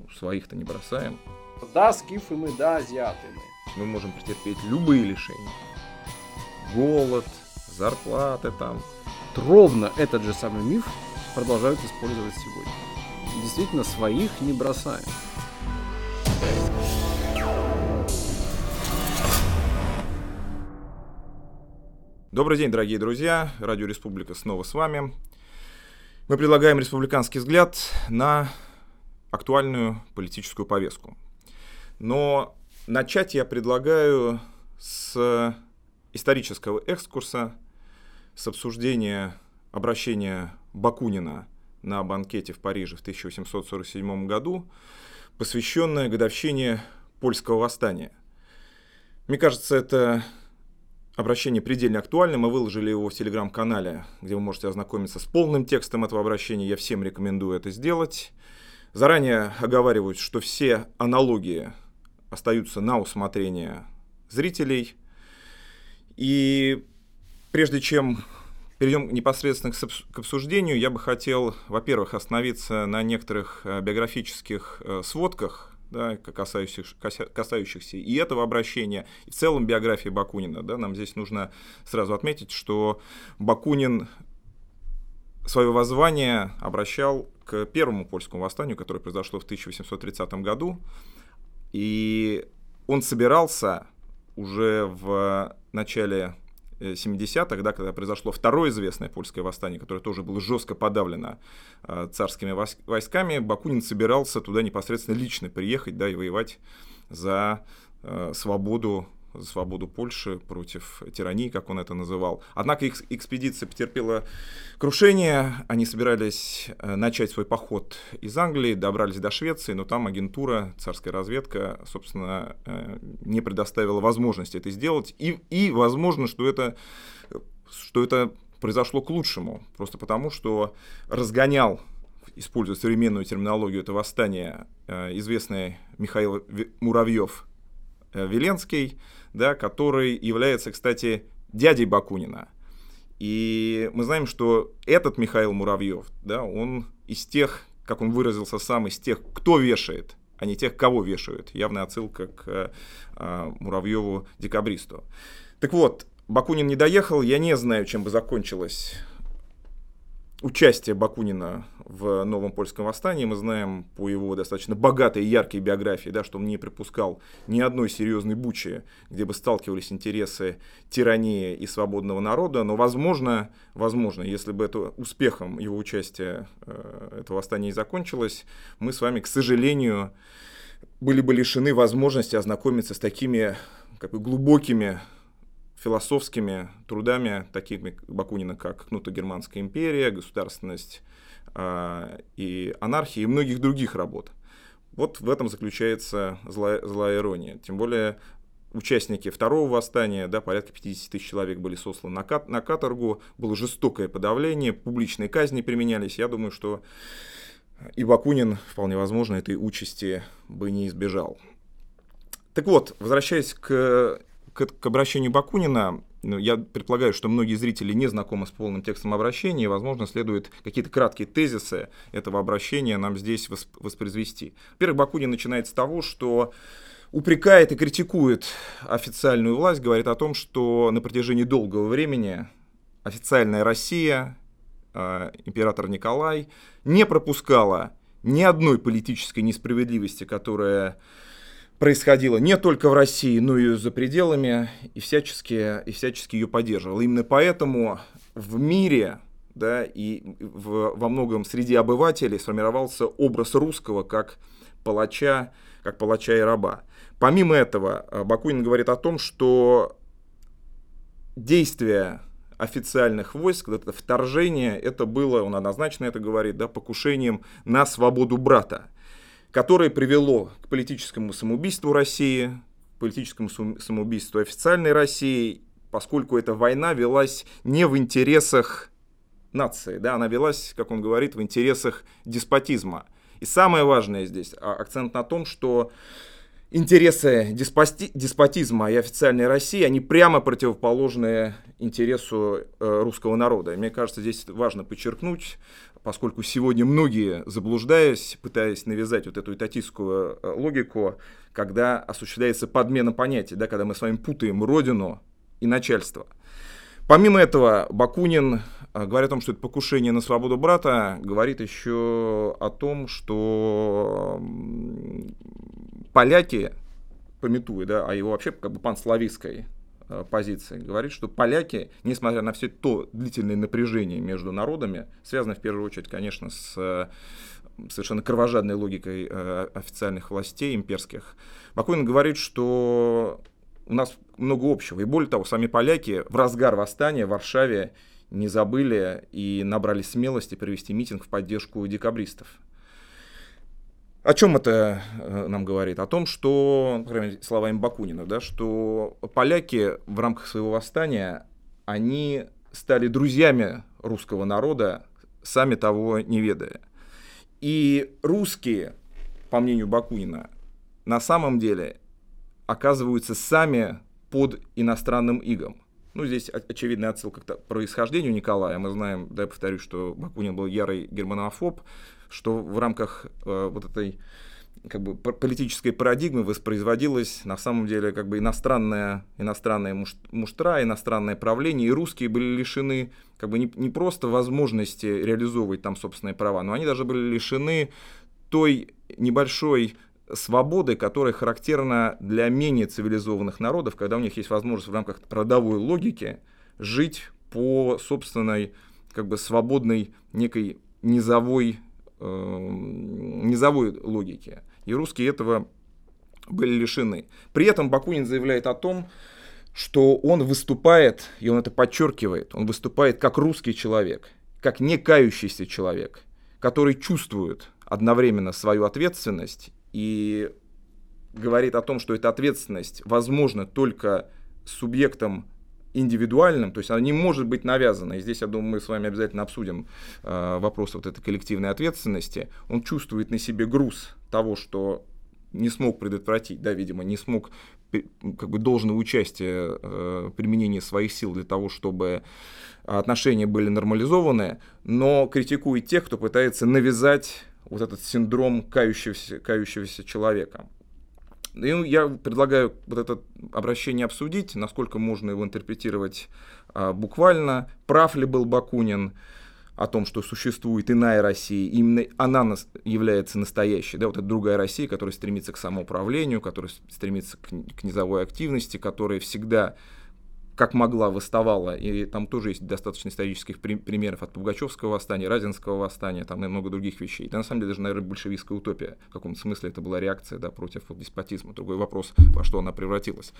своих-то не бросаем. Да, скифы мы, да, азиаты мы. Мы можем претерпеть любые лишения. Голод, зарплаты там. Ровно этот же самый миф продолжают использовать сегодня. Действительно, своих не бросаем. Добрый день, дорогие друзья. Радио Республика снова с вами. Мы предлагаем республиканский взгляд на актуальную политическую повестку. Но начать я предлагаю с исторического экскурса, с обсуждения обращения Бакунина на банкете в Париже в 1847 году, посвященное годовщине Польского восстания. Мне кажется, это обращение предельно актуально. Мы выложили его в телеграм-канале, где вы можете ознакомиться с полным текстом этого обращения. Я всем рекомендую это сделать. Заранее оговариваю, что все аналогии остаются на усмотрение зрителей. И прежде чем перейдем непосредственно к обсуждению, я бы хотел, во-первых, остановиться на некоторых биографических сводках, да, касающихся и этого обращения, и в целом биографии Бакунина. Да. Нам здесь нужно сразу отметить, что Бакунин свое воззвание обращал к первому польскому восстанию, которое произошло в 1830 году, и он собирался уже в начале 70-х, да, когда произошло второе известное польское восстание, которое тоже было жестко подавлено царскими войсками, Бакунин собирался туда непосредственно лично приехать, да, и воевать за свободу Польши против тирании, как он это называл. Однако их экспедиция потерпела крушение, они собирались начать свой поход из Англии, добрались до Швеции, но там агентура, царская разведка, собственно, не предоставила возможности это сделать, и возможно, что это произошло к лучшему, просто потому, что разгонял, используя современную терминологию, это восстание, известный Михаил Муравьев-Веленский, да, который является, кстати, дядей Бакунина. И мы знаем, что этот Михаил Муравьев, да, он из тех, как он выразился сам, из тех, кто вешает, а не тех, кого вешают. Явная отсылка к Муравьеву-декабристу. Так вот, Бакунин не доехал, я не знаю, чем бы закончилось участие Бакунина в новом польском восстании. Мы знаем по его достаточно богатой и яркой биографии, да, что он не припускал ни одной серьезной бучи, где бы сталкивались интересы тирании и свободного народа. Но возможно, если бы это успехом его участия это восстание и закончилось, мы с вами, к сожалению, были бы лишены возможности ознакомиться с такими глубокими философскими трудами, такими Бакунина, как «Кнуто-Германская империя», «Государственность и анархия» и многих других работ. Вот в этом заключается злая ирония. Тем более участники второго восстания, да, порядка 50 тысяч человек были сосланы на каторгу, было жестокое подавление, публичные казни применялись. Я думаю, что и Бакунин, вполне возможно, этой участи бы не избежал. Так вот, возвращаясь к обращению Бакунина, я предполагаю, что многие зрители не знакомы с полным текстом обращения, и, возможно, следует какие-то краткие тезисы этого обращения нам здесь воспроизвести. Во-первых, Бакунин начинает с того, что упрекает и критикует официальную власть, говорит о том, что на протяжении долгого времени официальная Россия, император Николай, не пропускала ни одной политической несправедливости, которая происходило не только в России, но и за пределами, и всячески ее поддерживал. Именно поэтому в мире, да, и во многом среди обывателей сформировался образ русского как палача и раба. Помимо этого, Бакунин говорит о том, что действия официальных войск, это вторжение, это было, он однозначно это говорит, да, покушением на свободу брата, которое привело к политическому самоубийству России, к политическому самоубийству официальной России, поскольку эта война велась не в интересах нации, да, она велась, как он говорит, в интересах деспотизма. И самое важное здесь акцент на том, что интересы деспотизма и официальной России, они прямо противоположны интересу русского народа. И мне кажется, здесь важно подчеркнуть, поскольку сегодня многие, заблуждаясь, пытаясь навязать вот эту этатистскую логику, когда осуществляется подмена понятий, да, когда мы с вами путаем родину и начальство. Помимо этого, Бакунин, говоря о том, что это покушение на свободу брата, говорит еще о том, что поляки, памятуя, да, о его вообще как бы панславистской позиции, говорит, что поляки, несмотря на все то длительное напряжение между народами, связано в первую очередь, конечно, с совершенно кровожадной логикой официальных властей имперских, Бакунин говорит, что у нас много общего. И более того, сами поляки в разгар восстания в Варшаве не забыли и набрали смелости провести митинг в поддержку декабристов. О чем это нам говорит? О том, что, по крайней мере, словами Бакунина, да, что поляки в рамках своего восстания, они стали друзьями русского народа, сами того не ведая. И русские, по мнению Бакунина, на самом деле оказываются сами под иностранным игом. Ну, здесь очевидная отсылка к происхождению Николая. Мы знаем, да, я повторюсь, что Бакунин был ярый германофоб, что в рамках вот этой как бы политической парадигмы воспроизводилась на самом деле как бы иностранная муштра, иностранное правление, и русские были лишены как бы не просто возможности реализовывать там собственные права, но они даже были лишены той небольшой свободы, которая характерна для менее цивилизованных народов, когда у них есть возможность в рамках родовой логики жить по собственной как бы свободной некой низовой логике. И русские этого были лишены. При этом Бакунин заявляет о том, что он выступает, и он это подчеркивает, он выступает как русский человек, как не кающийся человек, который чувствует одновременно свою ответственность и говорит о том, что эта ответственность возможна только субъектом индивидуальным, то есть она не может быть навязана. И здесь, я думаю, мы с вами обязательно обсудим вопрос вот этой коллективной ответственности. Он чувствует на себе груз того, что не смог предотвратить, да, видимо, не смог как бы должного участия применения своих сил для того, чтобы отношения были нормализованы, но критикует тех, кто пытается навязать вот этот синдром кающегося человека. И я предлагаю вот это обращение обсудить, насколько можно его интерпретировать буквально, прав ли был Бакунин о том, что существует иная Россия, именно она является настоящей, да, вот эта другая Россия, которая стремится к самоуправлению, которая стремится к низовой активности, которая всегда как могла восставала, и там тоже есть достаточно исторических примеров от Пугачевского восстания, Разинского восстания, там и много других вещей. Да, на самом деле, даже, наверное, большевистская утопия, в каком-то смысле это была реакция, да, против деспотизма. Другой вопрос, во что она превратилась.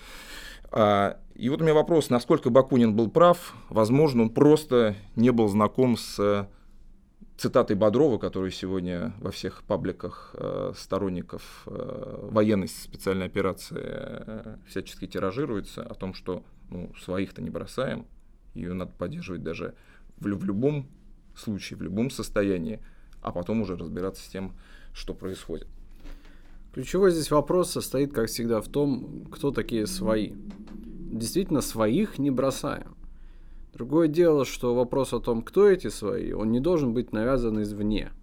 И вот у меня вопрос, насколько Бакунин был прав. Возможно, он просто не был знаком с цитатой Бодрова, которая сегодня во всех пабликах сторонников военной специальной операции всячески тиражируется, о том, что своих-то не бросаем, ее надо поддерживать даже в любом случае, в любом состоянии, а потом уже разбираться с тем, что происходит. Ключевой здесь вопрос состоит, как всегда, в том, кто такие свои. Действительно, своих не бросаем. Другое дело, что вопрос о том, кто эти свои, он не должен быть навязан извне.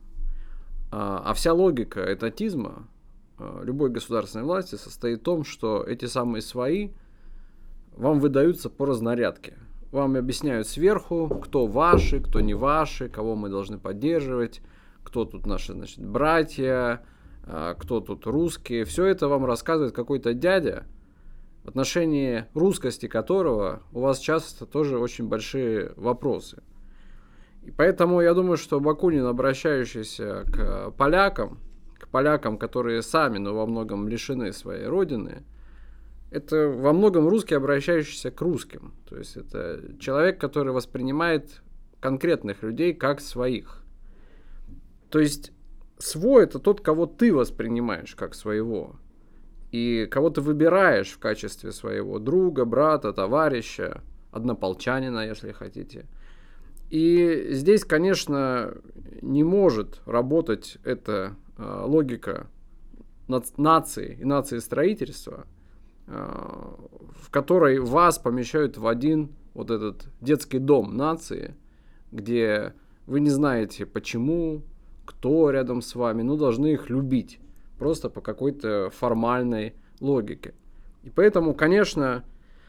А вся логика этатизма любой государственной власти состоит в том, что эти самые свои вам выдаются по разнарядке. Вам объясняют сверху, кто ваши, кто не ваши, кого мы должны поддерживать, кто тут наши, значит, братья, кто тут русские. Все это вам рассказывает какой-то дядя, в отношении русскости которого у вас часто тоже очень большие вопросы. И поэтому я думаю, что Бакунин, обращающийся к полякам, которые сами, но во многом лишены своей родины, это во многом русский, обращающийся к русским. То есть это человек, который воспринимает конкретных людей как своих. То есть свой — это тот, кого ты воспринимаешь как своего. И кого ты выбираешь в качестве своего друга, брата, товарища, однополчанина, если хотите. И здесь, конечно, не может работать эта логика нации и нации строительства, в которой вас помещают в один вот этот детский дом нации, где вы не знаете почему, кто рядом с вами, но должны их любить просто по какой-то формальной логике. И поэтому, конечно,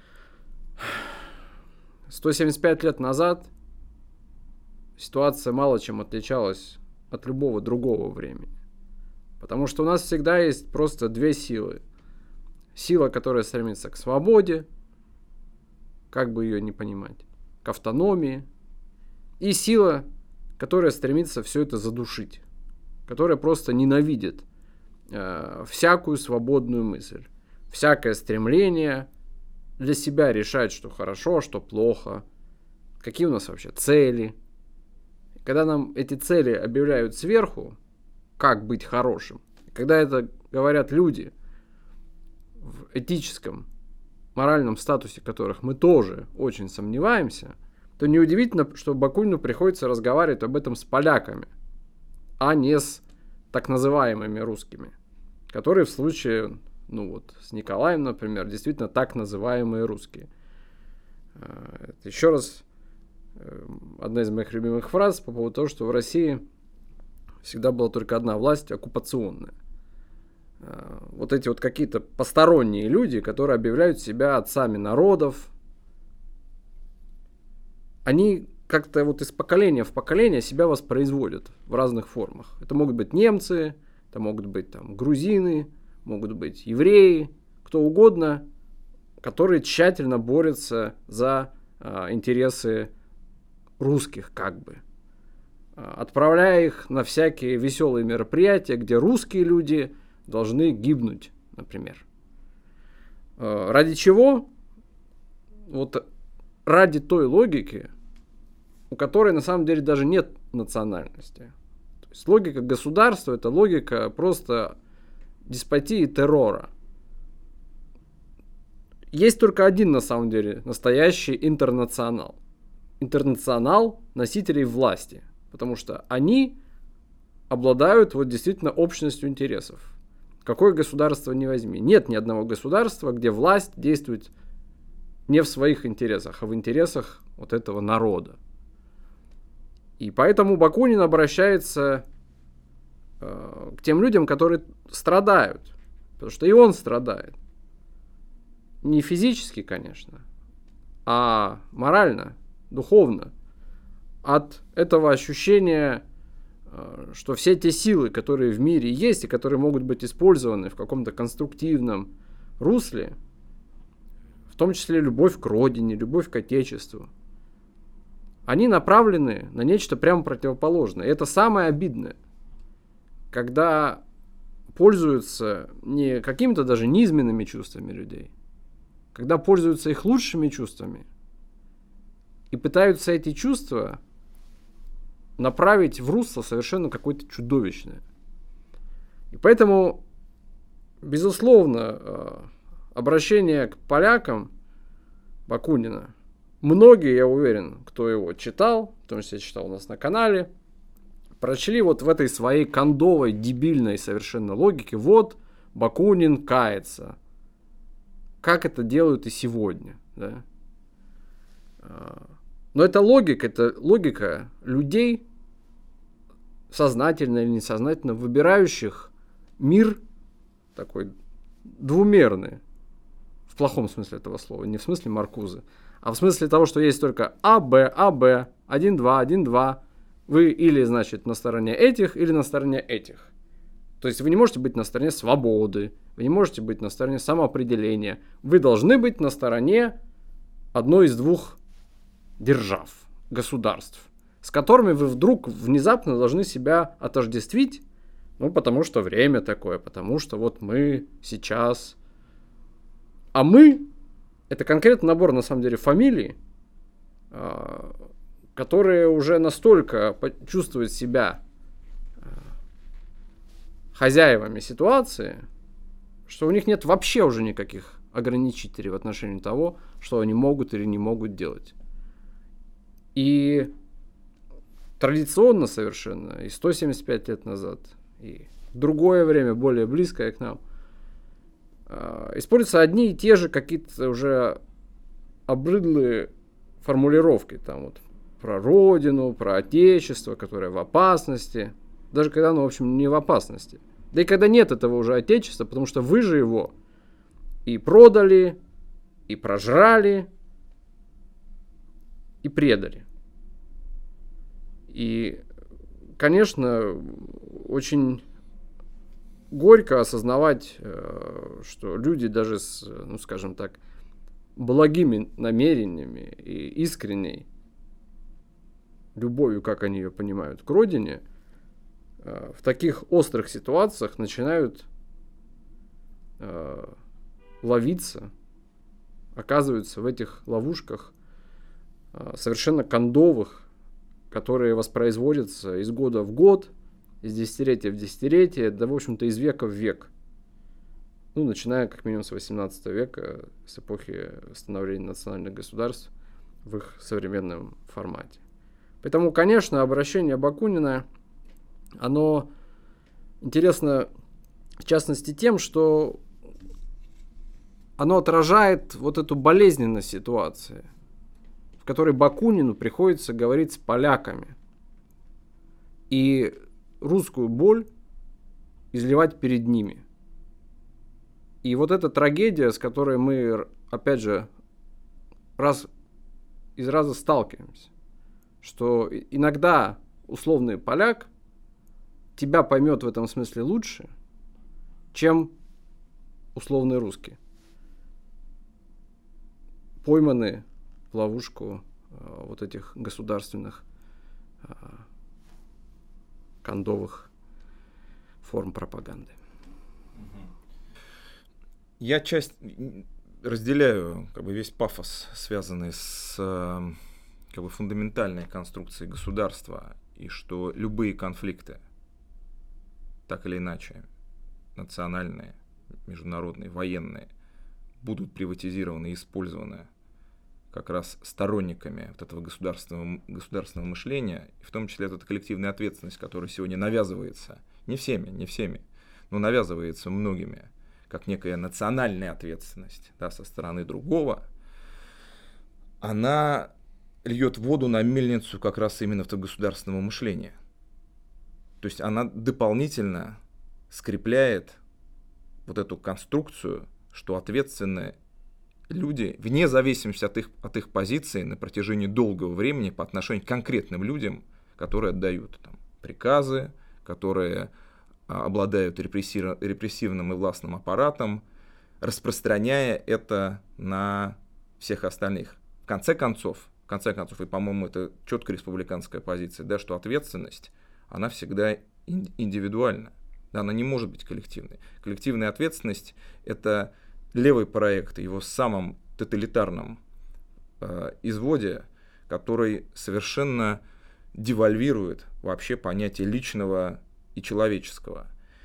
175 лет назад ситуация мало чем отличалась от любого другого времени. Потому что у нас всегда есть просто две силы. Сила, которая стремится к свободе, как бы ее ни понимать, к автономии. И сила, которая стремится все это задушить. Которая просто ненавидит всякую свободную мысль. Всякое стремление для себя решать, что хорошо, что плохо. Какие у нас вообще цели. Когда нам эти цели объявляют сверху, как быть хорошим, когда это говорят люди в этическом, моральном статусе которых мы тоже очень сомневаемся, то неудивительно, что Бакунину приходится разговаривать об этом с поляками, а не с так называемыми русскими, которые в случае, с Николаем, например, действительно так называемые русские. Еще раз, одна из моих любимых фраз по поводу того, что в России всегда была только одна власть, оккупационная. Вот эти вот какие-то посторонние люди, которые объявляют себя отцами народов, они как-то вот из поколения в поколение себя воспроизводят в разных формах. Это могут быть немцы, это могут быть грузины, могут быть евреи, кто угодно, которые тщательно борются за интересы русских, отправляя их на всякие веселые мероприятия, где русские люди должны гибнуть, например. Ради чего? Вот ради той логики, у которой на самом деле даже нет национальности. То есть логика государства – это логика просто деспотии и террора. Есть только один, на самом деле, настоящий интернационал. Интернационал носителей власти. Потому что они обладают действительно общностью интересов. Какое государство ни возьми. Нет ни одного государства, где власть действует не в своих интересах, а в интересах вот этого народа. И поэтому Бакунин обращается к тем людям, которые страдают. Потому что и он страдает. Не физически, конечно, а морально, духовно. От этого ощущения, что все те силы, которые в мире есть и которые могут быть использованы в каком-то конструктивном русле, в том числе любовь к родине, любовь к отечеству, они направлены на нечто прямо противоположное. И это самое обидное, когда пользуются не какими-то даже низменными чувствами людей, когда пользуются их лучшими чувствами и пытаются эти чувства направить в русло совершенно какое-то чудовищное. И поэтому, безусловно, обращение к полякам Бакунина, многие, я уверен, кто его читал, в том числе я читал у нас на канале, прочли вот в этой своей кондовой, дебильной совершенно логике, вот Бакунин кается. Как это делают и сегодня. Да? Но это логика людей, сознательно или несознательно выбирающих мир такой двумерный, в плохом смысле этого слова, не в смысле Маркузы, а в смысле того, что есть только А, Б, 1, 2, 1, 2. Вы или, на стороне этих, или на стороне этих. То есть вы не можете быть на стороне свободы, вы не можете быть на стороне самоопределения. Вы должны быть на стороне одной из двух держав, государств, с которыми вы вдруг внезапно должны себя отождествить, потому что время такое, потому что вот мы сейчас. А мы — это конкретный набор, на самом деле, фамилий, которые уже настолько чувствуют себя хозяевами ситуации, что у них нет вообще уже никаких ограничителей в отношении того, что они могут или не могут делать. И традиционно совершенно, и 175 лет назад, и в другое время, более близкое к нам, используются одни и те же какие-то уже обрыдлые формулировки. Там вот про родину, про отечество, которое в опасности. Даже когда оно, в общем, не в опасности. Да и когда нет этого уже отечества, потому что вы же его и продали, и прожрали, и предали. И, конечно, очень горько осознавать, что люди даже с, ну, скажем так, благими намерениями и искренней любовью, как они ее понимают, к родине, в таких острых ситуациях начинают ловиться, оказываются в этих ловушках совершенно кондовых, которые воспроизводятся из года в год, из десятилетия в десятилетие, да, в общем-то, из века в век. Ну, начиная, как минимум, с 18 века, с эпохи становления национальных государств в их современном формате. Поэтому, конечно, обращение Бакунина, оно интересно, в частности, тем, что оно отражает вот эту болезненность ситуации, в которой Бакунину приходится говорить с поляками и русскую боль изливать перед ними. И вот эта трагедия, с которой мы, опять же, раз из раза сталкиваемся, что иногда условный поляк тебя поймет в этом смысле лучше, чем условный русский, пойманный в ловушку вот этих государственных кондовых форм пропаганды. Я разделяю весь пафос, связанный с фундаментальной конструкцией государства, и что любые конфликты, так или иначе, национальные, международные, военные, будут приватизированы и использованы как раз сторонниками вот этого государственного мышления, и в том числе эта коллективная ответственность, которая сегодня навязывается, не всеми, но навязывается многими, как некая национальная ответственность, да, со стороны другого, она льет воду на мельницу как раз именно этого государственного мышления. То есть она дополнительно скрепляет вот эту конструкцию, что ответственны люди, вне зависимости от их позиции на протяжении долгого времени по отношению к конкретным людям, которые отдают там приказы, которые обладают репрессивным и властным аппаратом, распространяя это на всех остальных. В конце концов, и, по-моему, это четкая республиканская позиция, да, что ответственность, она всегда индивидуальна, да, она не может быть коллективной. Коллективная ответственность – это левый проект, его самом тоталитарном изводе, который совершенно девальвирует вообще понятие личного и человеческого.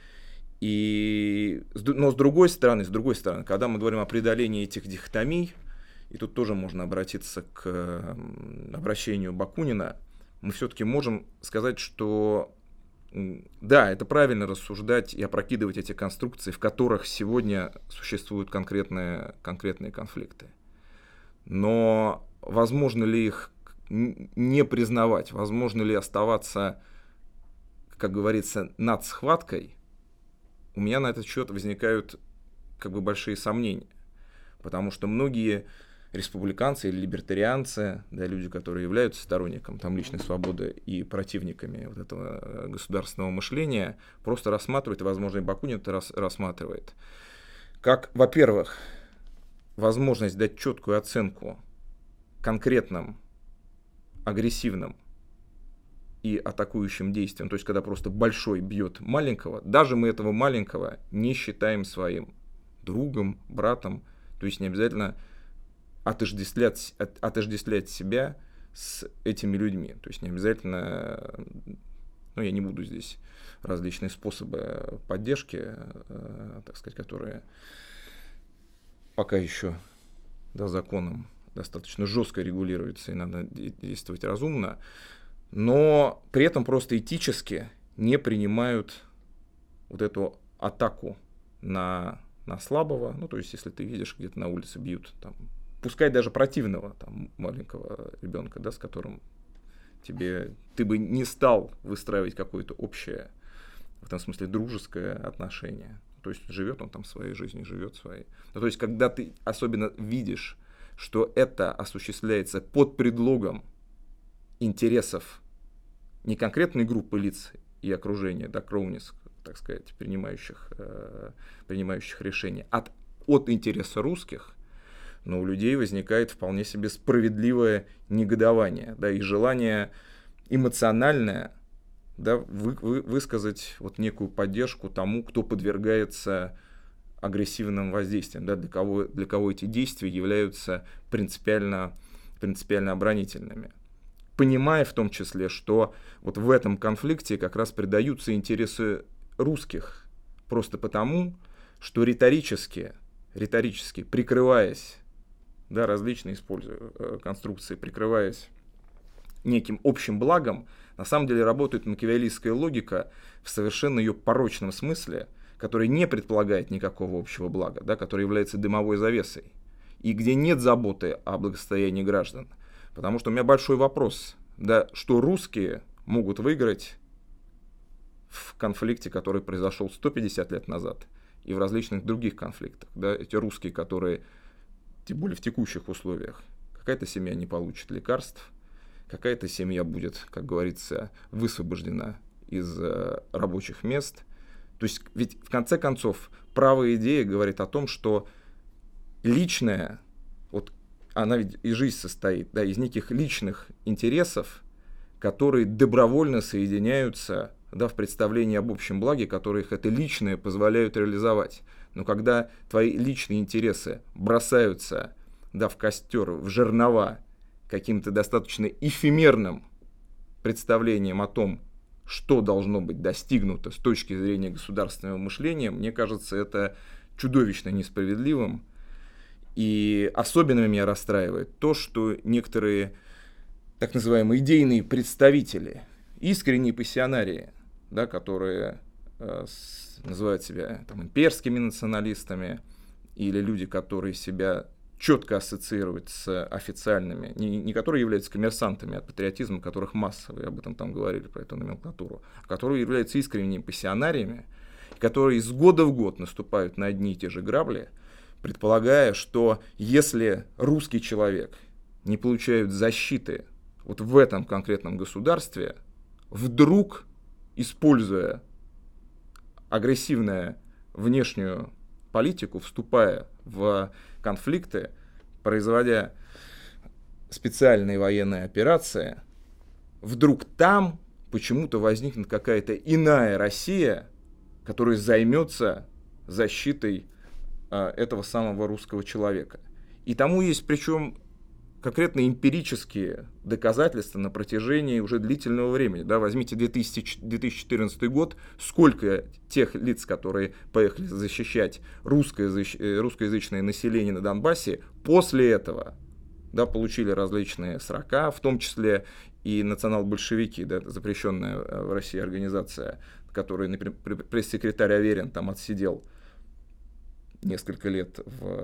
Но с другой стороны, когда мы говорим о преодолении этих дихотомий, и тут тоже можно обратиться к обращению Бакунина, мы все-таки можем сказать, что да, это правильно рассуждать и опрокидывать эти конструкции, в которых сегодня существуют конкретные конфликты. Но возможно ли их не признавать, возможно ли оставаться, как говорится, над схваткой, у меня на этот счет возникают большие сомнения. Потому что многие республиканцы или либертарианцы, да, люди, которые являются сторонниками личной свободы и противниками вот этого государственного мышления, просто рассматривают, и, возможно, и Бакунин это рассматривает, как, во-первых, возможность дать четкую оценку конкретным, агрессивным и атакующим действиям, то есть когда просто большой бьет маленького, даже мы этого маленького не считаем своим другом, братом, то есть не обязательно отождествлять себя с этими людьми, то есть не обязательно, я не буду здесь различные способы поддержки, так сказать, которые пока еще законом достаточно жестко регулируются и надо действовать разумно, но при этом просто этически не принимают вот эту атаку на слабого, ну, то есть, если ты видишь, где-то на улице бьют, там, пускай даже противного там, маленького ребенка, да, с которым ты бы не стал выстраивать какое-то общее, в этом смысле, дружеское отношение. То есть, живет он там своей жизнью, живет своей. Ну, то есть, когда ты особенно видишь, что это осуществляется под предлогом интересов не конкретной группы лиц и окружения, да, кроунис, так сказать, принимающих решения, от интереса русских, но у людей возникает вполне себе справедливое негодование, да, и желание эмоциональное, да, высказать вот некую поддержку тому, кто подвергается агрессивным воздействиям, да, для кого эти действия являются принципиально оборонительными. Понимая в том числе, что вот в этом конфликте как раз предаются интересы русских, просто потому, что риторически прикрываясь, да, различные используя конструкции, прикрываясь неким общим благом, на самом деле работает макиавеллийская логика в совершенно ее порочном смысле, который не предполагает никакого общего блага, да, который является дымовой завесой, и где нет заботы о благосостоянии граждан. Потому что у меня большой вопрос, да, что русские могут выиграть в конфликте, который произошел 150 лет назад, и в различных других конфликтах. Да, эти русские, которые, тем более в текущих условиях, какая-то семья не получит лекарств, какая-то семья будет, как говорится, высвобождена из рабочих мест. То есть ведь в конце концов правая идея говорит о том, что личное, вот она ведь и жизнь состоит, да, из неких личных интересов, которые добровольно соединяются, да, в представлении об общем благе, которые их это личное позволяют реализовать. Но когда твои личные интересы бросаются, да, в костер, в жернова каким-то достаточно эфемерным представлением о том, что должно быть достигнуто с точки зрения государственного мышления, мне кажется, это чудовищно несправедливым. И особенно меня расстраивает то, что некоторые так называемые идейные представители, искренние пассионарии, да, которые называют себя там, имперскими националистами, или люди, которые себя четко ассоциируют с официальными, не которые являются коммерсантами от патриотизма, которых масса, вы об этом там говорили, про эту номенклатуру, а которые являются искренними пассионариями, которые из года в год наступают на одни и те же грабли, предполагая, что если русский человек не получает защиты вот в этом конкретном государстве, вдруг, используя агрессивную внешнюю политику, вступая в конфликты, производя специальные военные операции, вдруг там почему-то возникнет какая-то иная Россия, которая займется защитой этого самого русского человека. И тому есть причем конкретно эмпирические доказательства на протяжении уже длительного времени. Да, возьмите 2014 год, сколько тех лиц, которые поехали защищать русскоязычное население на Донбассе, после этого, да, получили различные срока, в том числе и национал-большевики, да, запрещенная в России организация, которой, например, пресс-секретарь Аверин там отсидел несколько лет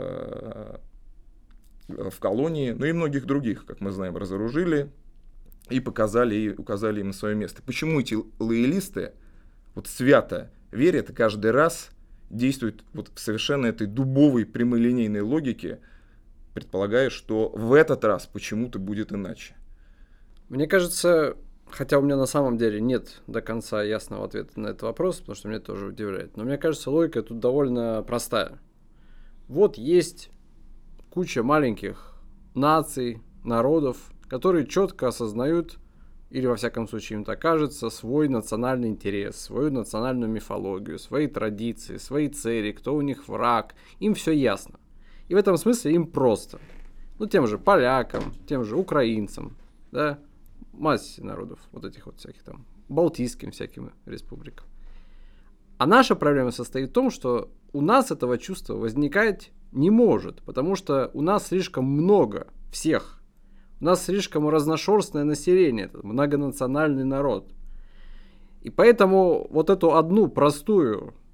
в колонии, ну и многих других, как мы знаем, разоружили и указали им свое место. Почему эти лоялисты вот свято верят и каждый раз действуют вот в совершенно этой дубовой прямолинейной логике, предполагая, что в этот раз почему-то будет иначе? Мне кажется, хотя у меня на самом деле нет до конца ясного ответа на этот вопрос, потому что меня это тоже удивляет, но мне кажется, логика тут довольно простая. Вот есть куча маленьких наций, народов, которые четко осознают, или во всяком случае им так кажется, свой национальный интерес, свою национальную мифологию, свои традиции, свои цели, кто у них враг. Им все ясно. И в этом смысле им просто. Ну, тем же полякам, тем же украинцам, да, массе народов, вот этих вот всяких там, балтийским всяким республикам. А наша проблема состоит в том, что у нас этого чувства возникать не может, потому что у нас слишком много всех. У нас слишком разношерстное население, это многонациональный народ. И поэтому вот эту одну простую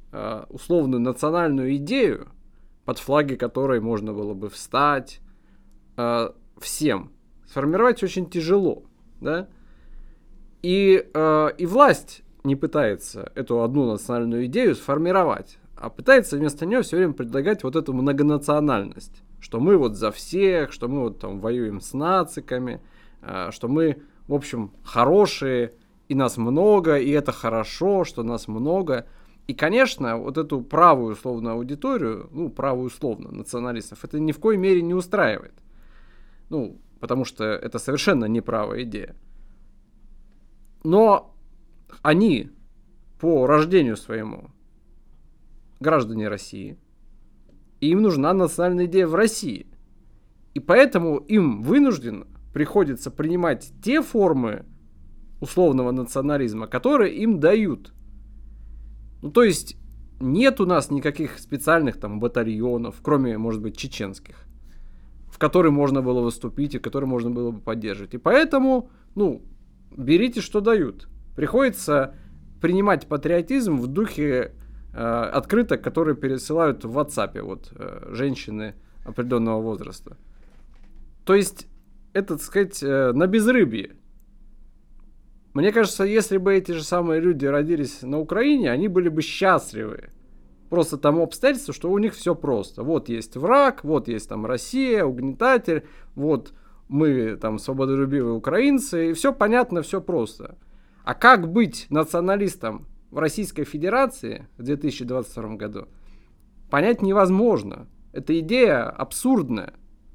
условную национальную идею, под флаги которой можно было бы встать всем, сформировать очень тяжело, да? И власть не пытается эту одну национальную идею сформировать, а пытается вместо нее все время предлагать вот эту многонациональность, что мы вот за всех, что мы вот там воюем с нациками, что мы, в общем, хорошие, и нас много, и это хорошо, что нас много. И, конечно, вот эту правую условную аудиторию, ну, правую условно националистов, это ни в коей мере не устраивает. Ну, потому что это совершенно неправая идея. Но они по рождению своему граждане России, и им нужна национальная идея в России. И поэтому им вынужденно приходится принимать те формы условного национализма, которые им дают. Ну, то есть нет у нас никаких специальных там батальонов, кроме, может быть, чеченских, в которые можно было выступить и которые можно было бы поддерживать. И поэтому, ну, берите, что дают. Приходится принимать патриотизм в духе открыток, которые пересылают в WhatsApp вот, женщины определенного возраста. То есть это, так сказать, на безрыбье. Мне кажется, если бы эти же самые люди родились на Украине, они были бы счастливы. Просто тому обстоятельству, что у них все просто. Вот есть враг, вот есть там Россия, угнетатель, вот мы там свободолюбивые украинцы, и все понятно, все просто. А как быть националистом в Российской Федерации в 2022 году, понять невозможно. Эта идея абсурдная.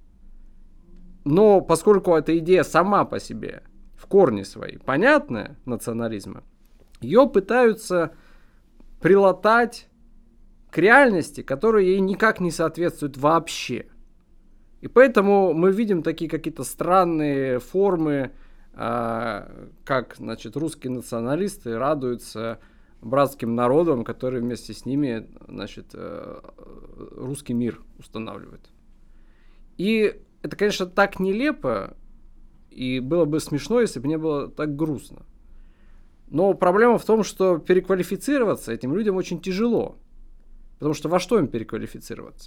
Но поскольку эта идея сама по себе в корне своей понятная национализма, ее пытаются прилатать к реальности, которая ей никак не соответствует вообще. И поэтому мы видим такие какие-то странные формы, как, значит, русские националисты радуются братским народам, которые вместе с ними, значит, русский мир устанавливают. И это, конечно, так нелепо, и было бы смешно, если бы не было так грустно. Но проблема в том, что переквалифицироваться этим людям очень тяжело. Потому что во что им переквалифицироваться?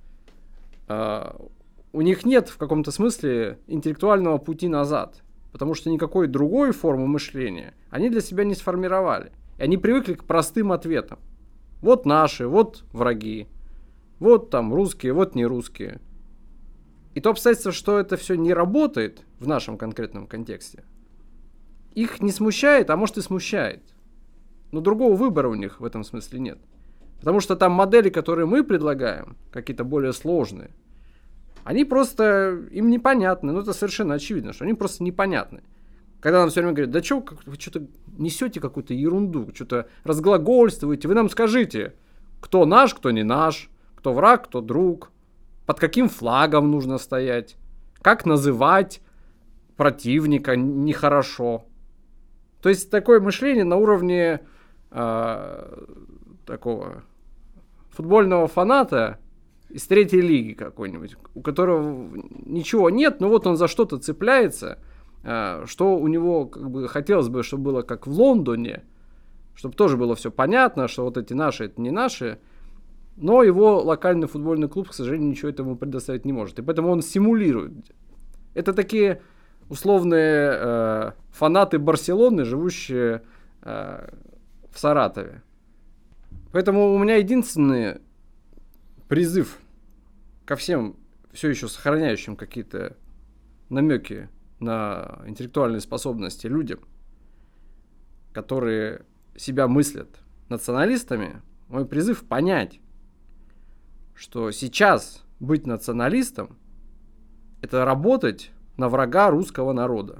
У них нет в каком-то смысле интеллектуального пути назад. Потому что никакой другой формы мышления они для себя не сформировали. И они привыкли к простым ответам. Вот наши, вот враги. Вот там русские, вот не русские. И то обстоятельство, что это все не работает в нашем конкретном контексте, их не смущает, а может и смущает. Но другого выбора у них в этом смысле нет. Потому что там модели, которые мы предлагаем, какие-то более сложные, они просто им непонятны. Ну, это совершенно очевидно, что они просто непонятны. Когда нам все время говорят, да что, вы что-то несете какую-то ерунду, что-то разглагольствуете, вы нам скажите, кто наш, кто не наш, кто враг, кто друг, под каким флагом нужно стоять, как называть противника нехорошо. То есть такое мышление на уровне такого футбольного фаната из третьей лиги какой-нибудь, у которого ничего нет, но вот он за что-то цепляется, что у него как бы хотелось бы, чтобы было как в Лондоне, чтобы тоже было все понятно, что вот эти наши, это не наши, но его локальный футбольный клуб, к сожалению, ничего этому предоставить не может, и поэтому он симулирует. Это такие условные фанаты Барселоны, живущие в Саратове. Поэтому у меня единственный призыв ко всем все еще сохраняющим какие-то намеки на интеллектуальные способности людям, которые себя мыслят националистами, мой призыв понять, что сейчас быть националистом – это работать на врага русского народа.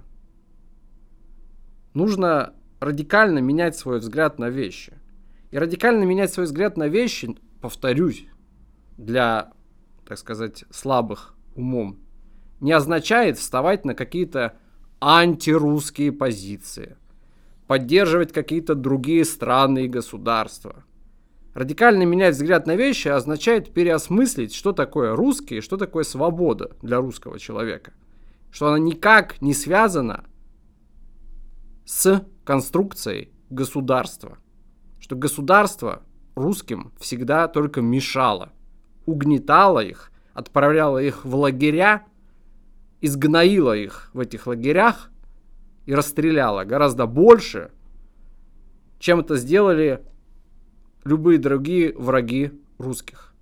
Нужно радикально менять свой взгляд на вещи. И радикально менять свой взгляд на вещи, повторюсь, для, так сказать, слабых умом, не означает вставать на какие-то антирусские позиции, поддерживать какие-то другие страны и государства. Радикально менять взгляд на вещи означает переосмыслить, что такое русский и что такое свобода для русского человека. Что она никак не связана с конструкцией государства. Что государство русским всегда только мешала, угнетала их, отправляла их в лагеря, изгноила их в этих лагерях и расстреляла гораздо больше, чем это сделали любые другие враги русских.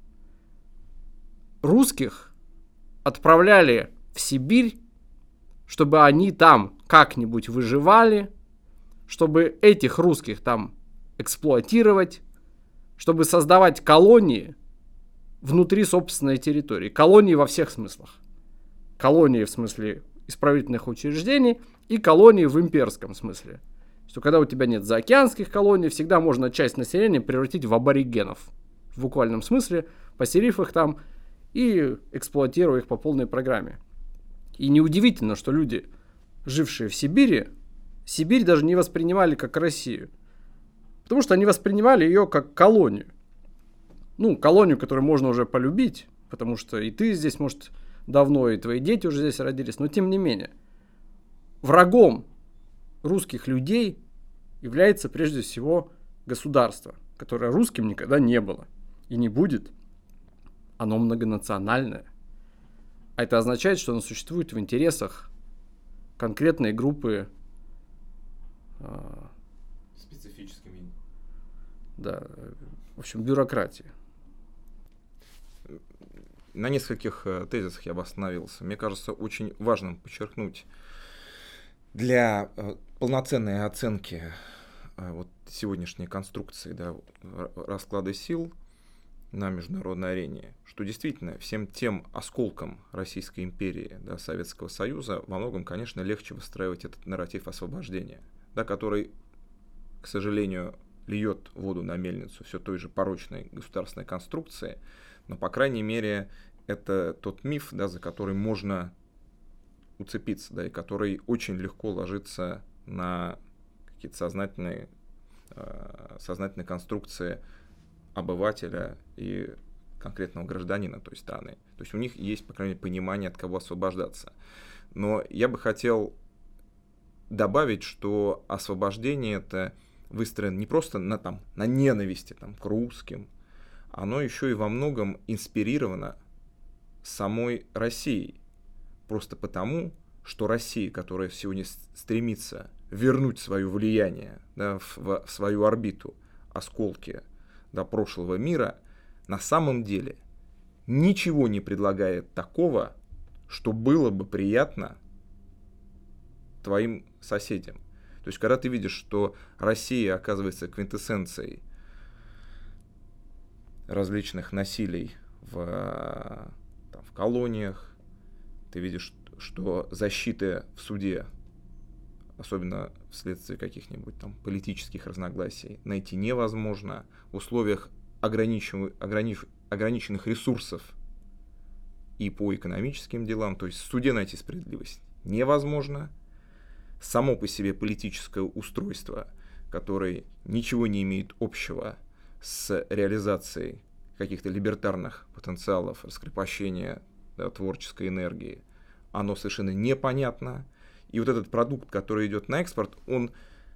Русских отправляли в Сибирь, чтобы они там как-нибудь выживали, чтобы этих русских там эксплуатировать, чтобы создавать колонии внутри собственной территории. Колонии во всех смыслах. Колонии в смысле исправительных учреждений и колонии в имперском смысле. Что когда у тебя нет заокеанских колоний, всегда можно часть населения превратить в аборигенов. В буквальном смысле, поселив их там и эксплуатируя их по полной программе. И неудивительно, что люди, жившие в Сибири, Сибирь даже не воспринимали как Россию. Потому что они воспринимали ее как колонию. Ну, колонию, которую можно уже полюбить, потому что и ты здесь, может, давно, и твои дети уже здесь родились, но тем не менее. Врагом русских людей является прежде всего государство, которое русским никогда не было и не будет. Оно многонациональное. А это означает, что оно существует в интересах конкретной группы специфическими. Да, в общем, бюрократии. На нескольких тезисах я бы остановился. Мне кажется, очень важным подчеркнуть для полноценной оценки вот сегодняшней конструкции, да, расклада сил на международной арене, что действительно всем тем осколкам Российской империи, да, Советского Союза во многом, конечно, легче выстраивать этот нарратив освобождения, да, который, к сожалению, льет воду на мельницу все той же порочной государственной конструкции, но, по крайней мере, это тот миф, да, за который можно уцепиться, да, и который очень легко ложится на какие-то сознательные конструкции обывателя и конкретного гражданина той страны. То есть у них есть, по крайней мере, понимание, от кого освобождаться. Но я бы хотел добавить, что освобождение это выстроено не просто на ненависти к русским, оно еще и во многом инспирировано самой Россией. Просто потому, что Россия, которая сегодня стремится вернуть свое влияние, да, в свою орбиту, осколки, да, прошлого мира, на самом деле ничего не предлагает такого, что было бы приятно твоим соседям. То есть, когда ты видишь, что Россия оказывается квинтэссенцией различных насилий в колониях, ты видишь, что защиты в суде, особенно вследствие каких-нибудь политических разногласий, найти невозможно в условиях ограниченных ресурсов и по экономическим делам, то есть в суде найти справедливость невозможно. Само по себе политическое устройство, которое ничего не имеет общего с реализацией каких-то либертарных потенциалов, раскрепощения, да, творческой энергии, оно совершенно непонятно. И вот этот продукт, который идет на экспорт, он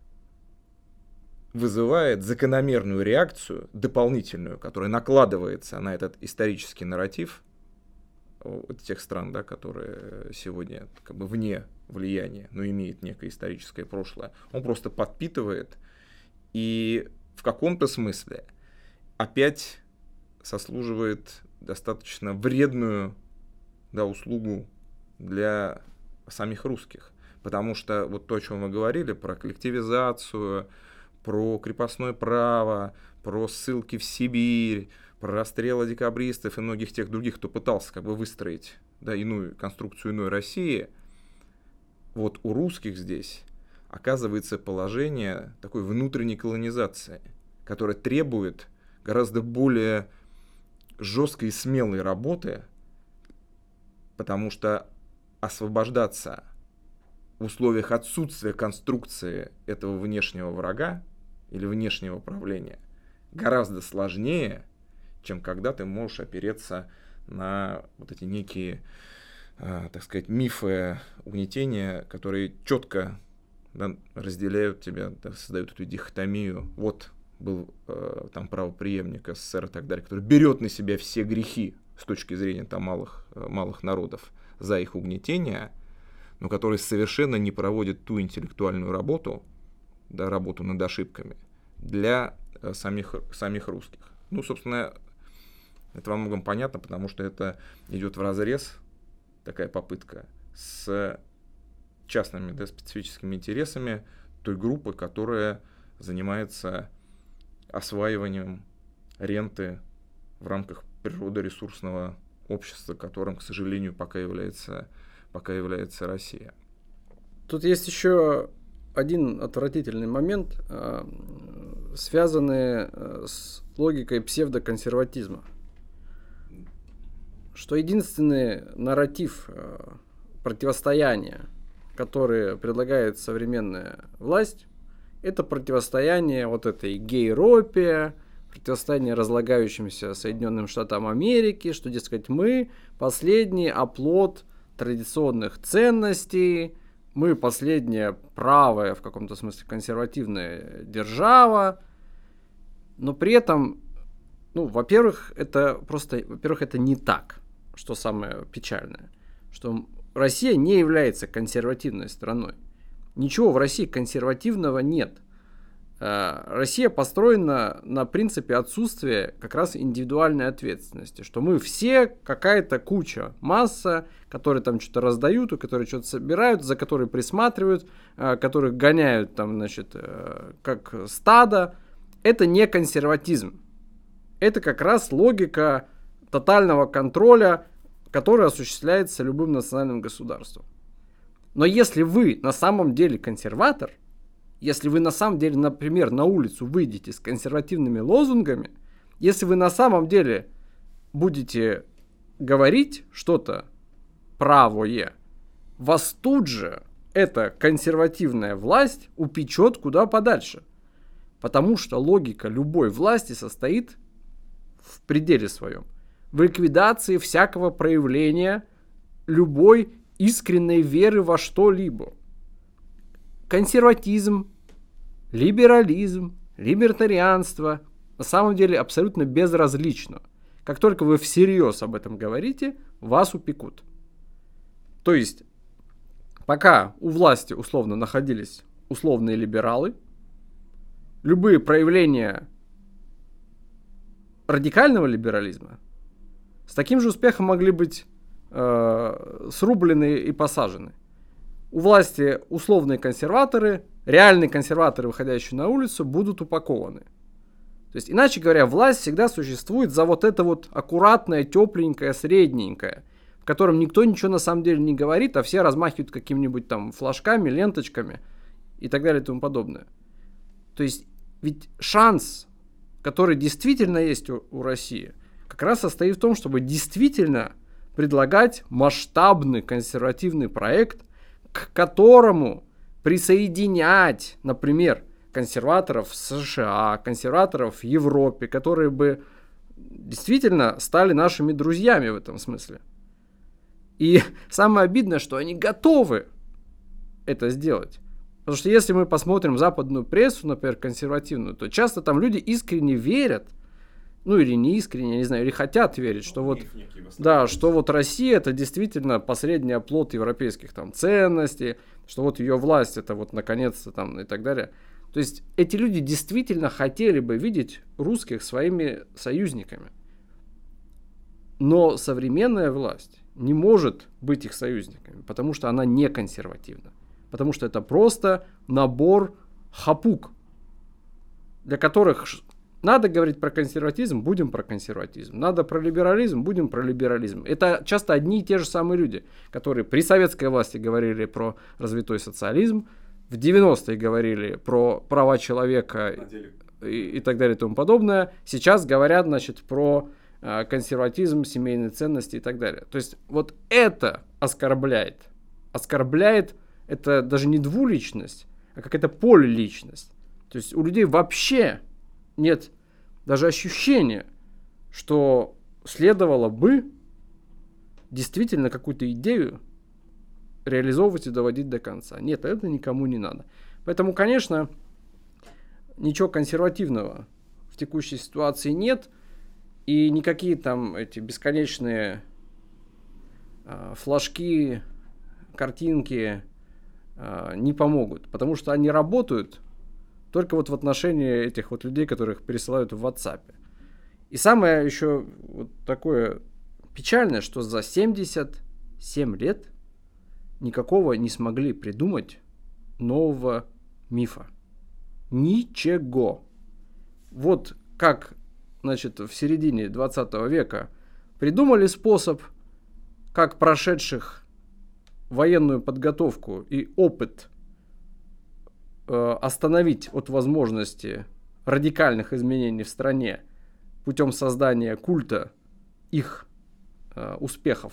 вызывает закономерную реакцию, дополнительную, которая накладывается на этот исторический нарратив тех стран, да, которые сегодня вне влияния, но имеют некое историческое прошлое. Он просто подпитывает и в каком-то смысле опять сослуживает достаточно вредную, да, услугу для самих русских. Потому что вот то, о чем мы говорили, про коллективизацию, про крепостное право, про ссылки в Сибирь, про расстрелы декабристов и многих тех других, кто пытался выстроить, да, иную конструкцию иной России, вот у русских здесь оказывается положение такой внутренней колонизации, которая требует гораздо более жесткой и смелой работы, потому что освобождаться в условиях отсутствия конструкции этого внешнего врага или внешнего правления гораздо сложнее, чем когда ты можешь опереться на вот эти некие, так сказать, мифы угнетения, которые четко, да, разделяют тебя, да, создают эту дихотомию. Вот был там правопреемник СССР и так далее, который берет на себя все грехи с точки зрения там малых народов за их угнетение, но который совершенно не проводит ту интеллектуальную работу, да, работу над ошибками для самих русских. Ну, собственно, это во многом понятно, потому что это идет вразрез, такая попытка, с частными, да, специфическими интересами той группы, которая занимается осваиванием ренты в рамках природоресурсного общества, которым, к сожалению, пока является Россия. Тут есть еще один отвратительный момент, связанный с логикой псевдоконсерватизма. Что единственный нарратив противостояния, который предлагает современная власть, это противостояние вот этой гей-ропе, противостояние разлагающимся Соединенным Штатам Америки, что, дескать, мы последний оплот традиционных ценностей, мы последняя правая, в каком-то смысле консервативная держава, но при этом, ну, во-первых, это не так, что самое печальное, что Россия не является консервативной страной. Ничего в России консервативного нет. Россия построена на принципе отсутствия как раз индивидуальной ответственности, что мы все какая-то куча, масса, которые там что-то раздают, у которых что-то собирают, за которые присматривают, которых гоняют там, значит, как стадо. Это не консерватизм. Это как раз логика тотального контроля, который осуществляется любым национальным государством. Но если вы на самом деле консерватор, если вы на самом деле, например, на улицу выйдете с консервативными лозунгами, если вы на самом деле будете говорить что-то правое, вас тут же эта консервативная власть упечет куда подальше. Потому что логика любой власти состоит в пределе своем, в ликвидации всякого проявления любой искренней веры во что-либо. Консерватизм, либерализм, либертарианство на самом деле абсолютно безразлично. Как только вы всерьез об этом говорите, вас упекут. То есть, пока у власти условно находились условные либералы, любые проявления радикального либерализма с таким же успехом могли быть срублены и посажены. У власти условные консерваторы, реальные консерваторы, выходящие на улицу, будут упакованы. То есть, иначе говоря, власть всегда существует за вот это вот аккуратное, тепленькое, средненькое, в котором никто ничего на самом деле не говорит, а все размахивают какими-нибудь там флажками, ленточками и так далее и тому подобное. То есть, ведь шанс, который действительно есть у России, как раз состоит в том, чтобы действительно предлагать масштабный консервативный проект, к которому присоединять, например, консерваторов в США, консерваторов в Европе, которые бы действительно стали нашими друзьями в этом смысле. И самое обидное, что они готовы это сделать. Потому что если мы посмотрим западную прессу, например, консервативную, то часто там люди искренне верят, ну или не искренне, я не знаю, или хотят верить, что вот, да, что вот Россия это действительно последний оплот европейских там ценностей, что вот ее власть это вот наконец-то там и так далее. То есть эти люди действительно хотели бы видеть русских своими союзниками. Но современная власть не может быть их союзниками, потому что она не консервативна. Потому что это просто набор хапук, для которых надо говорить про консерватизм, будем про консерватизм. Надо про либерализм, будем про либерализм. Это часто одни и те же самые люди, которые при советской власти говорили про развитой социализм, в 90-е говорили про права человека и так далее и тому подобное. Сейчас говорят, значит, про консерватизм, семейные ценности и так далее. То есть вот это оскорбляет. Оскорбляет это даже не двуличность, а какая-то полиличность. То есть у людей вообще нет даже ощущения, что следовало бы действительно какую-то идею реализовывать и доводить до конца. Нет, это никому не надо. Поэтому, конечно, ничего консервативного в текущей ситуации нет, и никакие там эти бесконечные флажки, картинки не помогут, потому что они работают только вот в отношении этих вот людей, которых пересылают в WhatsApp. И самое еще вот такое печальное, что за 77 лет никакого не смогли придумать нового мифа. Ничего. Вот как, значит, в середине 20 века придумали способ, как прошедших военную подготовку и опыт остановить от возможности радикальных изменений в стране путем создания культа их успехов.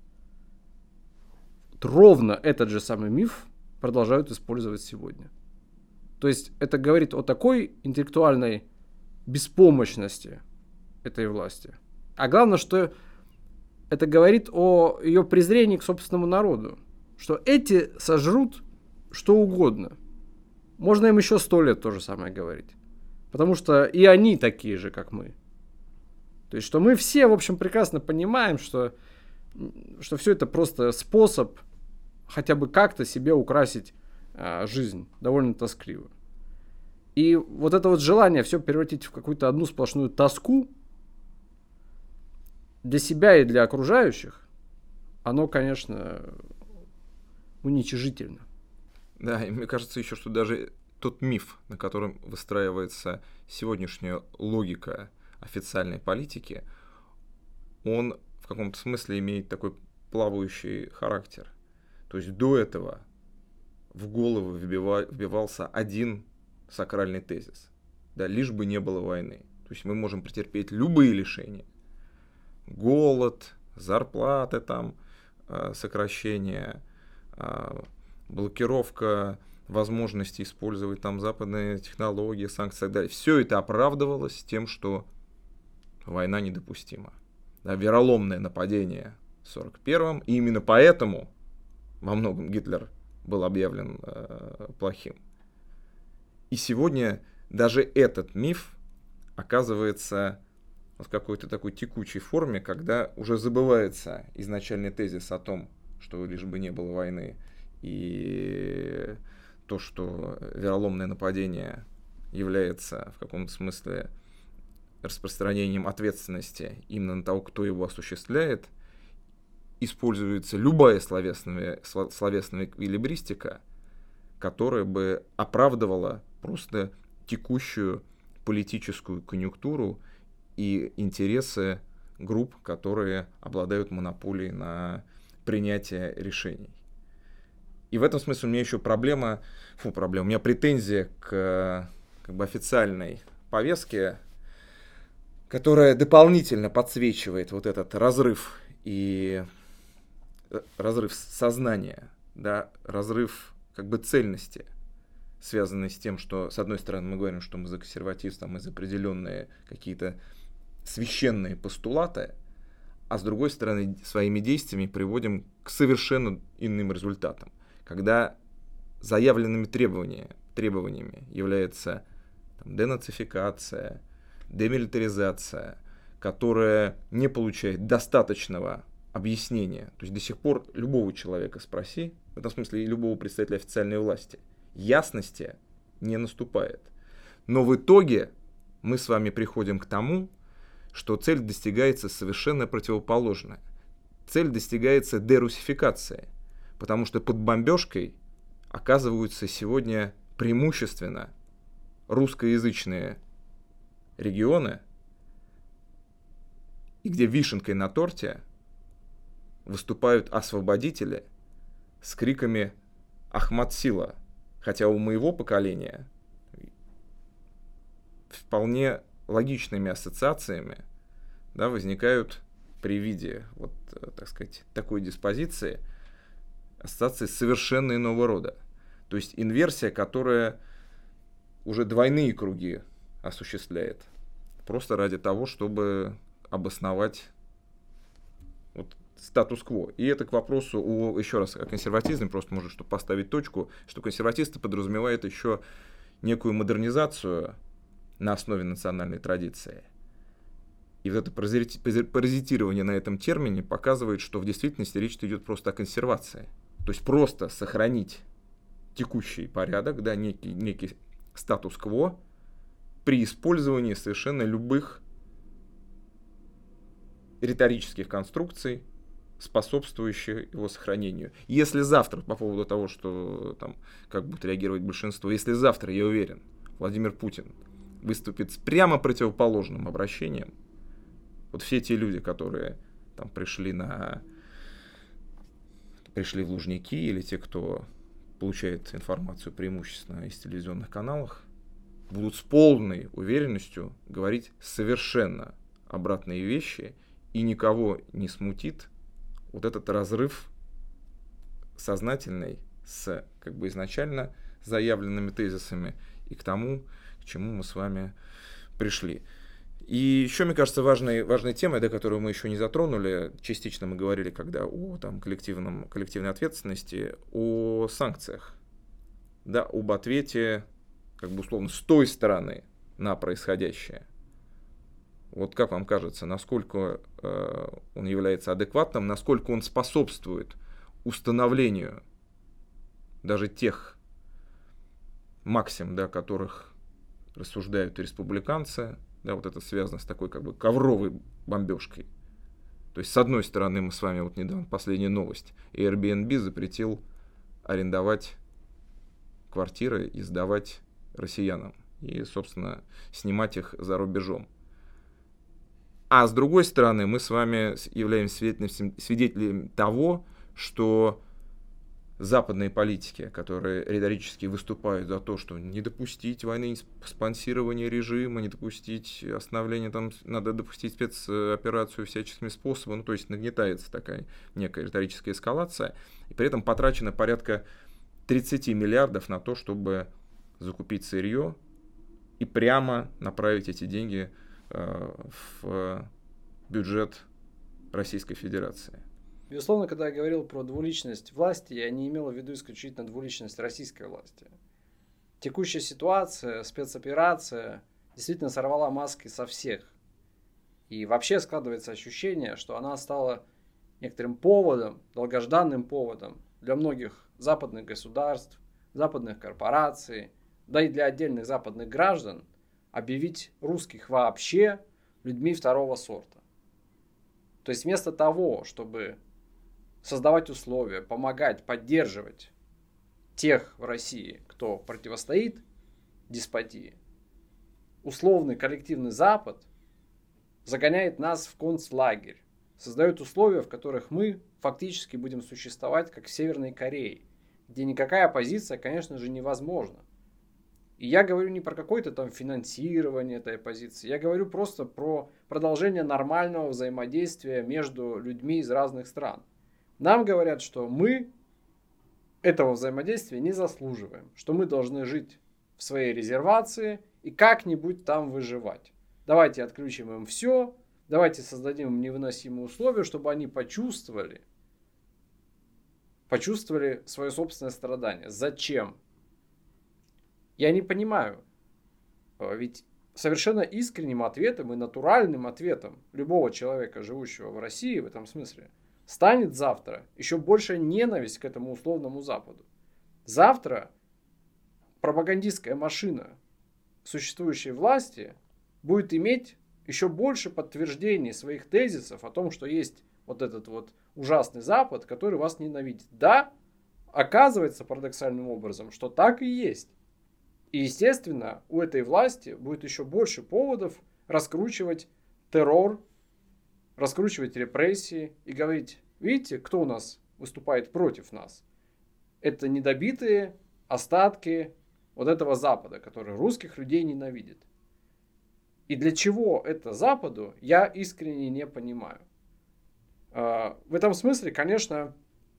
Ровно этот же самый миф продолжают использовать сегодня. То есть это говорит о такой интеллектуальной беспомощности этой власти. А главное, что это говорит о ее презрении к собственному народу. Что эти сожрут что угодно. Можно им еще 100 лет то же самое говорить. Потому что и они такие же, как мы. То есть, что мы все, в общем, прекрасно понимаем, что все это просто способ хотя бы как-то себе украсить жизнь довольно тоскливо. И вот это вот желание все превратить в какую-то одну сплошную тоску для себя и для окружающих, оно, конечно, уничижительно. Да, и мне кажется еще, что даже тот миф, на котором выстраивается сегодняшняя логика официальной политики, он в каком-то смысле имеет такой плавающий характер. То есть до этого в голову вбивался один сакральный тезис. Да, лишь бы не было войны. То есть мы можем претерпеть любые лишения. Голод, зарплаты там, сокращение, блокировка возможности использовать там западные технологии, санкции и так далее. Все это оправдывалось тем, что война недопустима. Да, вероломное нападение в 1941-м. И именно поэтому во многом Гитлер был объявлен плохим. И сегодня даже этот миф оказывается в какой-то такой текучей форме, когда уже забывается изначальный тезис о том, что лишь бы не было войны, и то, что вероломное нападение является в каком-то смысле распространением ответственности именно на того, кто его осуществляет, используется любая словесная эквилибристика, которая бы оправдывала просто текущую политическую конъюнктуру и интересы групп, которые обладают монополией на принятие решений. И в этом смысле у меня еще у меня претензия к официальной повестке, которая дополнительно подсвечивает вот этот разрыв сознания, да, разрыв цельности, связанный с тем, что, с одной стороны, мы говорим, что мы за консерватизм, мы за определенные какие-то священные постулаты, а с другой стороны, своими действиями приводим к совершенно иным результатам. Когда заявленными требованиями является денацификация, демилитаризация, которая не получает достаточного объяснения. То есть до сих пор любого человека спроси, в этом смысле и любого представителя официальной власти, ясности не наступает. Но в итоге мы с вами приходим к тому, что цель достигается совершенно противоположная. Цель достигается дерусификацией, потому что под бомбежкой оказываются сегодня преимущественно русскоязычные регионы, и где вишенкой на торте выступают освободители с криками «Ахмад Сила!». Хотя у моего поколения вполне логичными ассоциациями, да, возникают при виде такой диспозиции ассоциации совершенно иного рода. То есть инверсия, которая уже двойные круги осуществляет. Просто ради того, чтобы обосновать статус-кво. И это к вопросу еще раз о консерватизме, просто может, чтобы поставить точку, что консерватисты подразумевает еще некую модернизацию на основе национальной традиции. И вот это паразитирование на этом термине показывает, что в действительности речь идет просто о консервации. То есть просто сохранить текущий порядок, да, некий статус-кво при использовании совершенно любых риторических конструкций, способствующих его сохранению. Если завтра, по поводу того, что там, как будет реагировать большинство, если завтра, я уверен, Владимир Путин выступит с прямо противоположным обращением, вот все те люди, которые там пришли в Лужники, или те, кто получает информацию преимущественно из телевизионных каналов, будут с полной уверенностью говорить совершенно обратные вещи, и никого не смутит вот этот разрыв сознательный с как бы изначально заявленными тезисами и к тому, к чему мы с вами пришли. И еще, мне кажется, важной темой, да, которую мы еще не затронули, частично мы говорили, когда о там, коллективной ответственности, о санкциях, да, об ответе, как бы условно, с той стороны на происходящее. Вот как вам кажется, насколько он является адекватным, насколько он способствует установлению даже тех максим, да, которых рассуждают республиканцы, да, вот это связано с такой как бы ковровой бомбежкой. То есть, с одной стороны, мы с вами вот недавно, последняя новость, Airbnb запретил арендовать квартиры и сдавать россиянам и, собственно, снимать их за рубежом. А с другой стороны, мы с вами являемся свидетелями того, что западные политики, которые риторически выступают за то, что не допустить войны, спонсирования режима, не допустить остановления, там надо допустить спецоперацию всяческими способами, ну, то есть нагнетается такая некая риторическая эскалация, и при этом потрачено порядка 30 миллиардов на то, чтобы закупить сырье и прямо направить эти деньги в бюджет Российской Федерации. Безусловно, когда я говорил про двуличность власти, я не имел в виду исключительно двуличность российской власти. Текущая ситуация, спецоперация действительно сорвала маски со всех. И вообще складывается ощущение, что она стала некоторым поводом, долгожданным поводом для многих западных государств, западных корпораций, да и для отдельных западных граждан объявить русских вообще людьми второго сорта. То есть вместо того, чтобы создавать условия, помогать, поддерживать тех в России, кто противостоит деспотии, условный коллективный Запад загоняет нас в концлагерь, создает условия, в которых мы фактически будем существовать как в Северной Корее, где никакая оппозиция, конечно же, невозможна. И я говорю не про какое-то там финансирование этой оппозиции, я говорю просто про продолжение нормального взаимодействия между людьми из разных стран. Нам говорят, что мы этого взаимодействия не заслуживаем, что мы должны жить в своей резервации и как-нибудь там выживать. Давайте отключим им все, давайте создадим им невыносимые условия, чтобы они почувствовали свое собственное страдание. Зачем? Я не понимаю. Ведь совершенно искренним ответом и натуральным ответом любого человека, живущего в России в этом смысле, станет завтра еще большая ненависть к этому условному Западу. Завтра пропагандистская машина существующей власти будет иметь еще больше подтверждений своих тезисов о том, что есть вот этот вот ужасный Запад, который вас ненавидит. Да, оказывается парадоксальным образом, что так и есть. И, естественно, у этой власти будет еще больше поводов раскручивать террор, раскручивать репрессии и говорить, видите, кто у нас выступает против нас? Это недобитые остатки вот этого Запада, который русских людей ненавидит. И для чего это Западу, я искренне не понимаю. В этом смысле, конечно,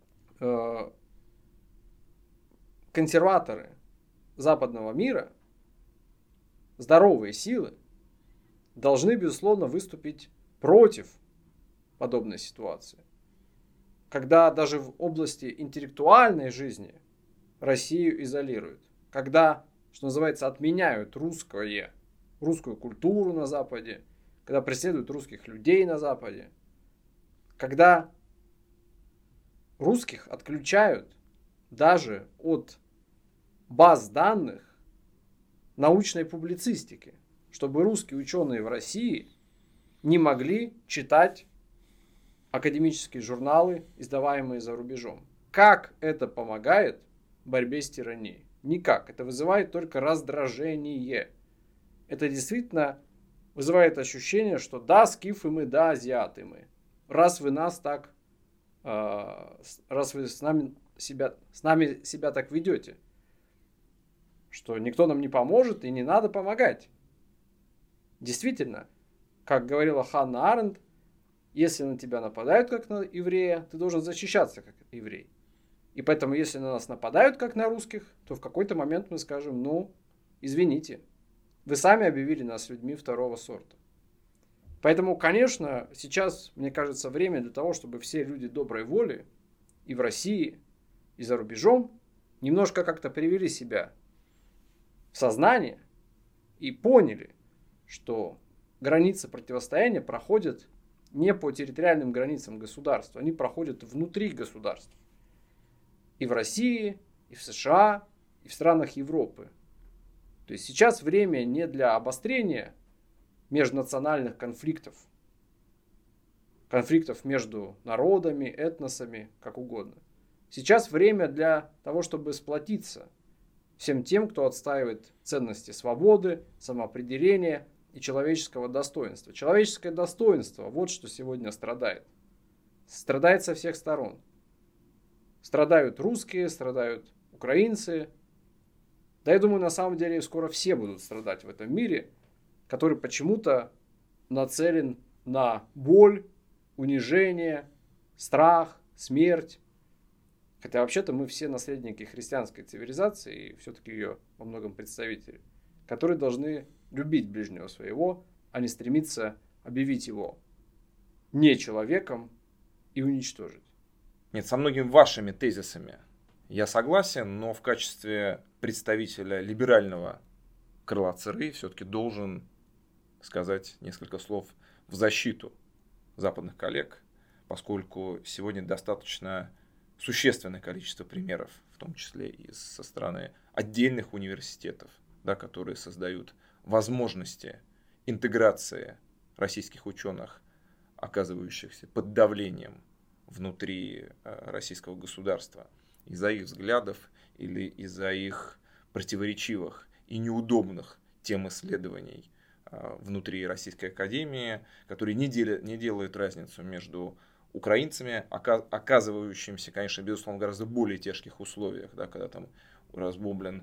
консерваторы западного мира, здоровые силы, должны, безусловно, выступить против подобной ситуации. Когда даже в области интеллектуальной жизни Россию изолируют. Когда, что называется, отменяют русскую культуру на Западе, когда преследуют русских людей на Западе, когда русских отключают даже от баз данных научной публицистики, чтобы русские ученые в России не могли читать академические журналы, издаваемые за рубежом. Как это помогает борьбе с тиранией? Никак. Это вызывает только раздражение. Это действительно вызывает ощущение, что да, скифы мы, да, азиаты мы. Раз вы с нами себя так ведете, что никто нам не поможет и не надо помогать. Действительно, как говорила Ханна Аренд, если на тебя нападают как на еврея, ты должен защищаться как еврей. И поэтому, если на нас нападают как на русских, то в какой-то момент мы скажем, ну, извините, вы сами объявили нас людьми второго сорта. Поэтому, конечно, сейчас, мне кажется, время для того, чтобы все люди доброй воли и в России, и за рубежом немножко как-то привели себя в сознание и поняли, что границы противостояния проходят не по территориальным границам государства, они проходят внутри государств. И в России, и в США, и в странах Европы. То есть сейчас время не для обострения межнациональных конфликтов между народами, этносами, как угодно. Сейчас время для того, чтобы сплотиться всем тем, кто отстаивает ценности свободы, самоопределения и человеческого достоинства. Человеческое достоинство – вот что сегодня страдает. Страдает со всех сторон. Страдают русские, страдают украинцы. Да, я думаю, на самом деле скоро все будут страдать в этом мире, который почему-то нацелен на боль, унижение, страх, смерть. Хотя вообще-то мы все наследники христианской цивилизации и все-таки ее во многом представители, которые должны любить ближнего своего, а не стремиться объявить его не человеком и уничтожить. Нет, со многими вашими тезисами я согласен, но в качестве представителя либерального крыла ЦРИ все-таки должен сказать несколько слов в защиту западных коллег, поскольку сегодня достаточно существенное количество примеров, в том числе и со стороны отдельных университетов, да, которые создают возможности интеграции российских ученых, оказывающихся под давлением внутри российского государства из-за их взглядов или из-за их противоречивых и неудобных тем исследований внутри Российской Академии, которые не делают разницу между украинцами, оказывающимися, конечно, безусловно, в гораздо более тяжких условиях, да, когда там разбомблен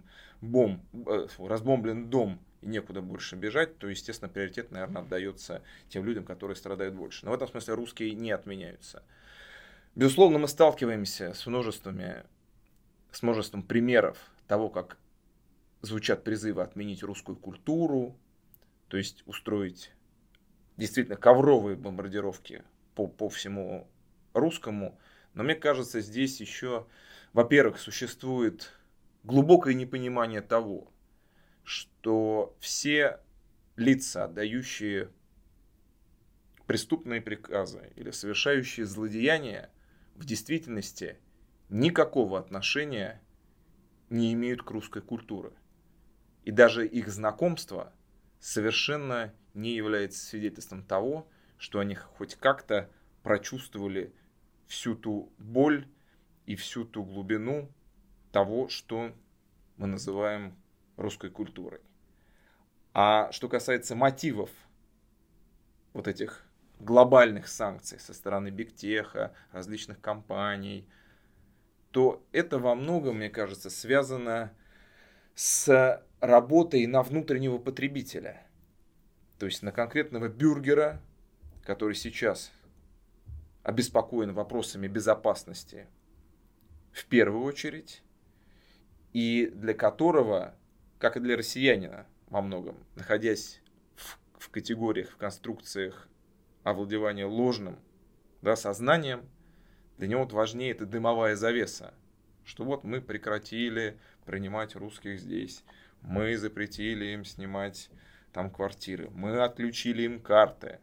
дом и некуда больше бежать, то, естественно, приоритет, наверное, отдается тем людям, которые страдают больше. Но в этом смысле русские не отменяются. Безусловно, мы сталкиваемся с множеством примеров того, как звучат призывы отменить русскую культуру, то есть устроить действительно ковровые бомбардировки по всему русскому. Но мне кажется, здесь еще, во-первых, существует глубокое непонимание того, что все лица, отдающие преступные приказы или совершающие злодеяния, в действительности никакого отношения не имеют к русской культуре. И даже их знакомство совершенно не является свидетельством того, что они хоть как-то прочувствовали всю ту боль и всю ту глубину того, что мы называем русской культурой. А что касается мотивов вот этих глобальных санкций со стороны бигтеха, различных компаний, то это во многом, мне кажется, связано с работой на внутреннего потребителя. То есть на конкретного бюргера, который сейчас обеспокоен вопросами безопасности в первую очередь, и для которого, как и для россиянина во многом, находясь в категориях, в конструкциях овладевания ложным, да, сознанием, для него важнее эта дымовая завеса, что вот мы прекратили принимать русских здесь, Мы запретили им снимать там квартиры. Мы отключили им карты.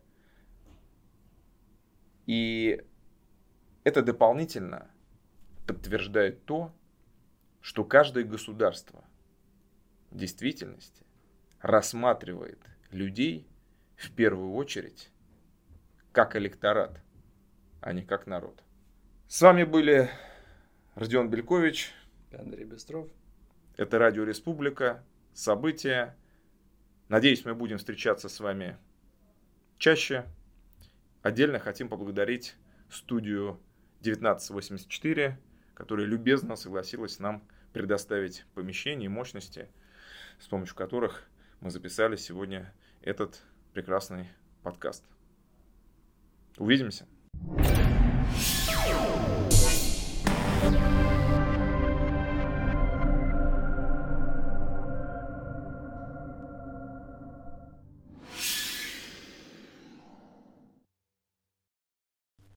И это дополнительно подтверждает то, что каждое государство в действительности рассматривает людей в первую очередь как электорат, а не как народ. С вами были Родион Белькович, Андрей Быстров. Это Радио Республика, события. Надеюсь, мы будем встречаться с вами чаще. Отдельно хотим поблагодарить студию 1984, которая любезно согласилась нам предоставить помещение и мощности, с помощью которых мы записали сегодня этот прекрасный подкаст. Увидимся.